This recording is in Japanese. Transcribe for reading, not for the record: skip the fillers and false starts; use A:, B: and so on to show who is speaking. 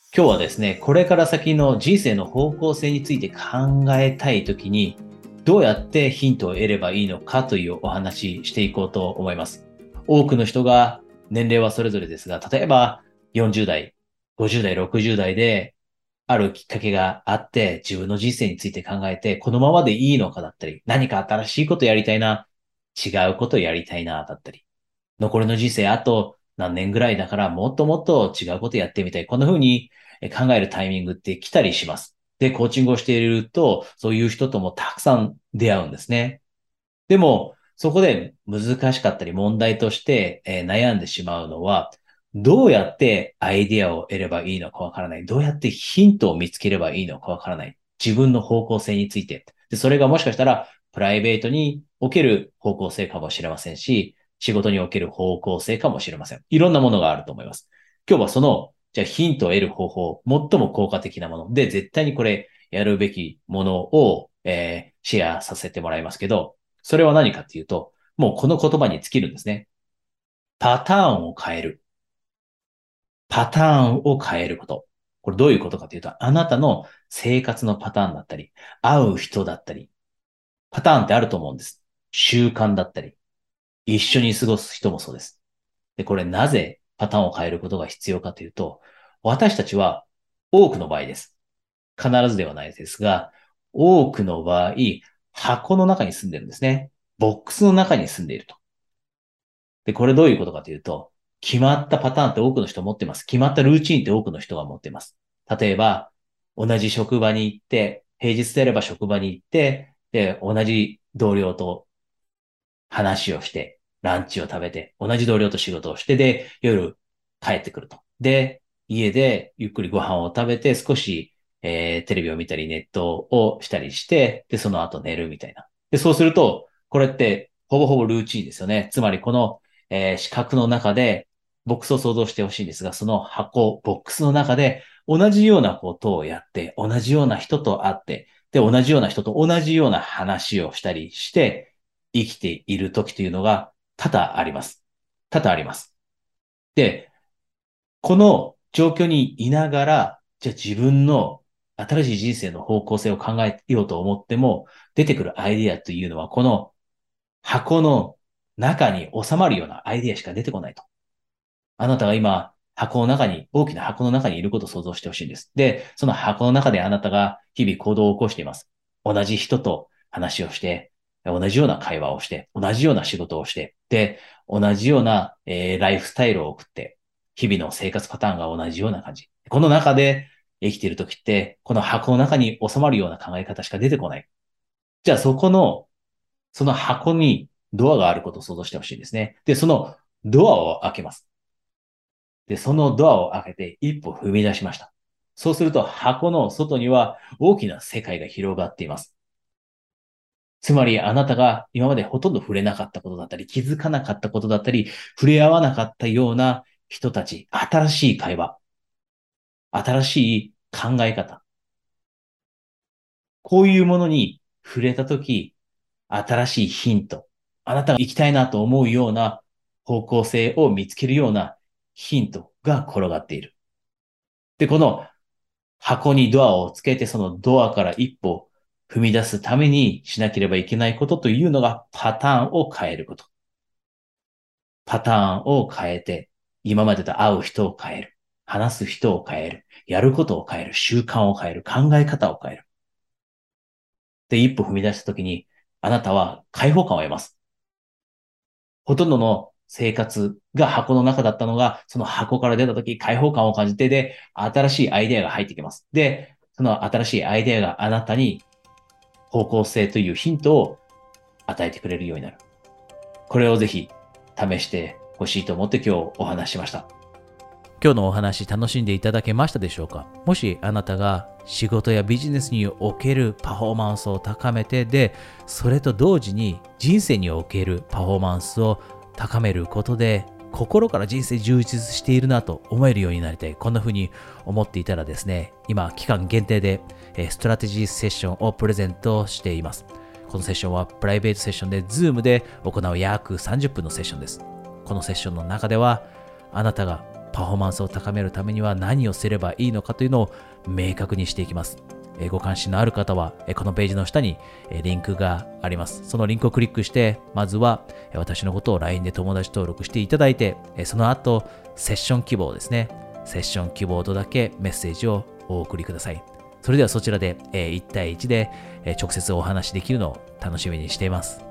A: 今日はですね、これから先の人生の方向性について考えたいときに、どうやってヒントを得ればいいのかというお話ししていこうと思います。多くの人が年齢はそれぞれですが、例えば40代、50代、60代であるきっかけがあって、自分の人生について考えて、このままでいいのかだったり、何か新しいことやりたいな、違うことやりたいな、だったり、残りの人生あと何年ぐらいだからもっともっと違うことやってみたい。こんな風に考えるタイミングって来たりします。で、コーチングをしていると、そういう人ともたくさん出会うんですね。でも、そこで難しかったり問題として、悩んでしまうのは、どうやってアイディアを得ればいいのかわからない。どうやってヒントを見つければいいのかわからない。自分の方向性について。で、それがもしかしたらプライベートにおける方向性かもしれませんし、仕事における方向性かもしれません。いろんなものがあると思います。今日はその、じゃあヒントを得る方法、最も効果的なもので、絶対にこれやるべきものを、シェアさせてもらいますけど、それは何かっていうと、もうこの言葉に尽きるんですね。パターンを変える。パターンを変えること。これどういうことかというと、あなたの生活のパターンだったり、会う人だったり、パターンってあると思うんです。習慣だったり、一緒に過ごす人もそうです。で、これなぜパターンを変えることが必要かというと、私たちは多くの場合です。必ずではないですが、多くの場合、箱の中に住んでるんですね。ボックスの中に住んでいると。で、これどういうことかというと、決まったパターンって多くの人持ってます。決まったルーチンって多くの人が持ってます。例えば、同じ職場に行って、平日であれば職場に行って、で、同じ同僚と話をして、ランチを食べて、同じ同僚と仕事をして、で、夜帰ってくると。で、家でゆっくりご飯を食べて、少し、テレビを見たり、ネットをしたりして、で、その後寝るみたいな。で、そうすると、これって、ほぼほぼルーチンですよね。つまり、この、四角の中で、ボックスを想像してほしいんですが、その箱、ボックスの中で、同じようなことをやって、同じような人と会って、で、同じような人と同じような話をしたりして、生きている時というのが多々あります。多々あります。で、この状況にいながら、じゃあ自分の新しい人生の方向性を考えようと思っても、出てくるアイディアというのは、この箱の中に収まるようなアイディアしか出てこないと。あなたが今、箱の中に、大きな箱の中にいることを想像してほしいんです。で、その箱の中であなたが日々行動を起こしています。同じ人と話をして、同じような会話をして、同じような仕事をして、で、同じような、ライフスタイルを送って、日々の生活パターンが同じような感じ。この中で生きているときって、この箱の中に収まるような考え方しか出てこない。じゃあその箱にドアがあることを想像してほしいんですね。で、そのドアを開けます。で、そのドアを開けて一歩踏み出しました。そうすると箱の外には大きな世界が広がっています。つまりあなたが今までほとんど触れなかったことだったり、気づかなかったことだったり、触れ合わなかったような人たち、新しい会話、新しい考え方、こういうものに触れたとき、新しいヒント、あなたが行きたいなと思うような方向性を見つけるようなヒントが転がっている。で、この箱にドアをつけて、そのドアから一歩踏み出すためにしなければいけないことというのがパターンを変えること。パターンを変えて、今までと会う人を変える。話す人を変える。やることを変える。習慣を変える。考え方を変える。で、一歩踏み出したときに、あなたは解放感を得ます。ほとんどの生活が箱の中だったのが、その箱から出たとき解放感を感じて、で、新しいアイデアが入ってきます。で、その新しいアイデアがあなたに方向性というヒントを与えてくれるようになる。これをぜひ試してほしいと思って今日お話ししました。
B: 今日のお話楽しんでいただけましたでしょうか？もしあなたが仕事やビジネスにおけるパフォーマンスを高めて、で、それと同時に人生におけるパフォーマンスを高めることで、心から人生充実しているなと思えるようになりたい。こんな風に思っていたらですね、今期間限定でストラテジーセッションをプレゼントしています。このセッションはプライベートセッションで Zoom で行う約30分のセッションです。このセッションの中では、あなたがパフォーマンスを高めるためには何をすればいいのかというのを明確にしていきます。ご関心のある方は、このページの下にリンクがあります。そのリンクをクリックして、まずは私のことを LINE で友達登録していただいて、その後、セッション希望ですね。セッション希望とだけメッセージをお送りください。それではそちらで1対1で直接お話しできるのを楽しみにしています。